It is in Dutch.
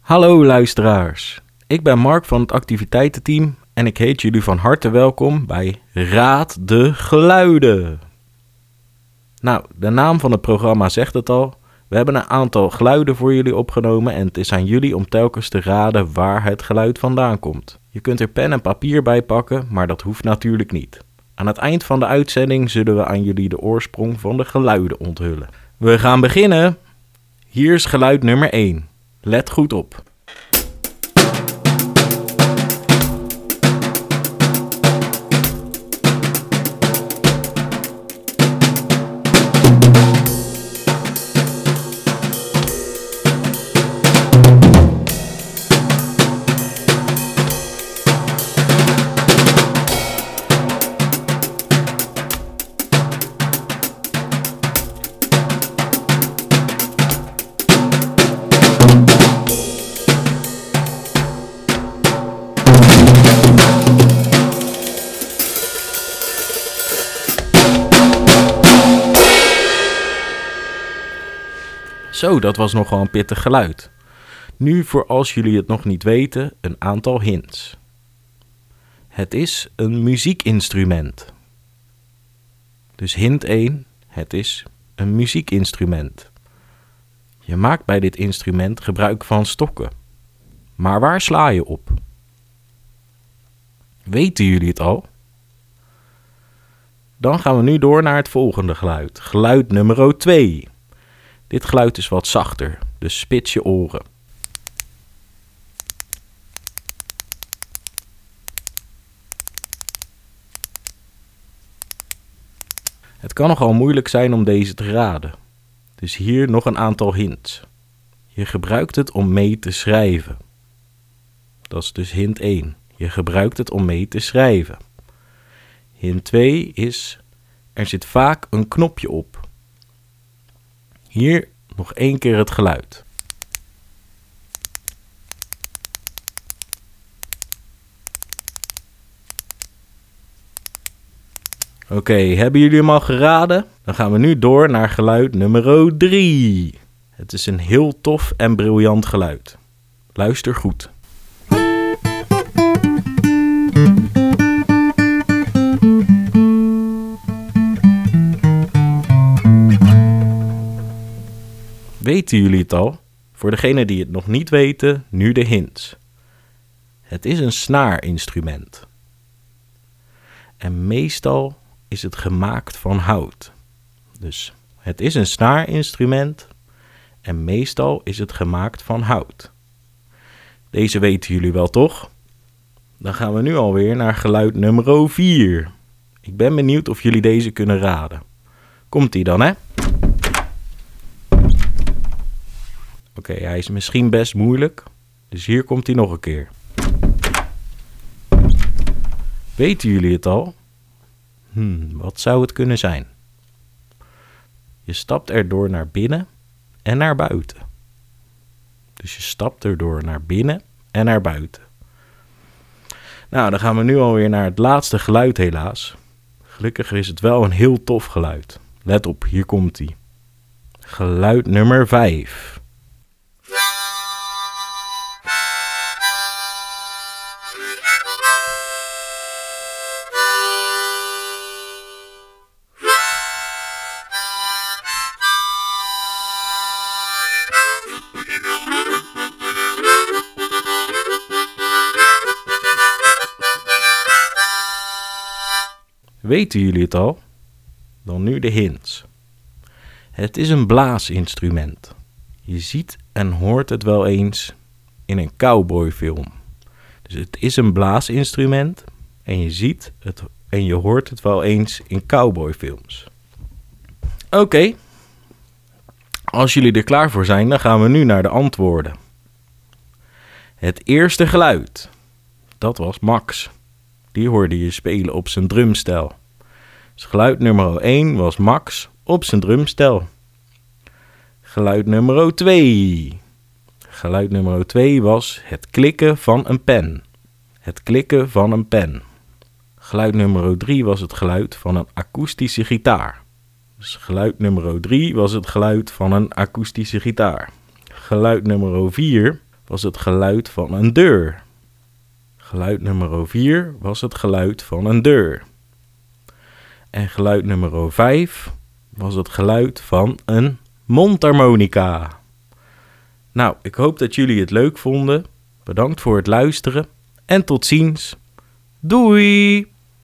Hallo luisteraars, ik ben Mark van het activiteitenteam en ik heet jullie van harte welkom bij Raad de Geluiden. Nou, de naam van het programma zegt het al. We hebben een aantal geluiden voor jullie opgenomen en het is aan jullie om telkens te raden waar het geluid vandaan komt. Je kunt er pen en papier bij pakken, maar dat hoeft natuurlijk niet. Aan het eind van de uitzending zullen we aan jullie de oorsprong van de geluiden onthullen. We gaan beginnen. Hier is geluid nummer 1. Let goed op. Zo, dat was nogal een pittig geluid. Nu, voor als jullie het nog niet weten, een aantal hints. Het is een muziekinstrument. Dus hint 1, het is een muziekinstrument. Je maakt bij dit instrument gebruik van stokken. Maar waar sla je op? Weten jullie het al? Dan gaan we nu door naar het volgende geluid. Geluid nummer 2. Dit geluid is wat zachter, dus spits je oren. Het kan nogal moeilijk zijn om deze te raden. Dus hier nog een aantal hints. Je gebruikt het om mee te schrijven. Dat is dus hint 1. Je gebruikt het om mee te schrijven. Hint 2 is, er zit vaak een knopje op. Hier nog 1 keer het geluid. Oké, hebben jullie hem al geraden? Dan gaan we nu door naar geluid nummer 3. Het is een heel tof en briljant geluid. Luister goed. Weten jullie het al? Voor degenen die het nog niet weten, nu de hints. Het is een snaarinstrument. En meestal is het gemaakt van hout. Dus het is een snaarinstrument en meestal is het gemaakt van hout. Deze weten jullie wel, toch? Dan gaan we nu alweer naar geluid nummer 4. Ik ben benieuwd of jullie deze kunnen raden. Komt-ie dan, hè? Oké, hij is misschien best moeilijk, dus hier komt hij nog een keer. Weten jullie het al? Wat zou het kunnen zijn? Je stapt erdoor naar binnen en naar buiten. Dus je stapt erdoor naar binnen en naar buiten. Nou, dan gaan we nu alweer naar het laatste geluid helaas. Gelukkig is het wel een heel tof geluid. Let op, hier komt hij. Geluid nummer 5. Weten jullie het al? Dan nu de hints. Het is een blaasinstrument. Je ziet en hoort het wel eens in een cowboyfilm. Dus het is een blaasinstrument en je ziet het en je hoort het wel eens in cowboyfilms. Oké. Als jullie er klaar voor zijn, dan gaan we nu naar de antwoorden. Het eerste geluid, dat was Max. Die hoorde je spelen op zijn drumstel. Dus geluid nummer 1 was Max op zijn drumstel. Geluid nummer 2. Geluid nummer 2 was het klikken van een pen. Het klikken van een pen. Geluid nummer 3 was het geluid van een akoestische gitaar. Dus geluid nummer 3 was het geluid van een akoestische gitaar. Geluid nummer 4 was het geluid van een deur. Geluid nummer 4 was het geluid van een deur. En geluid nummer 5 was het geluid van een mondharmonica. Nou, ik hoop dat jullie het leuk vonden. Bedankt voor het luisteren en tot ziens. Doei!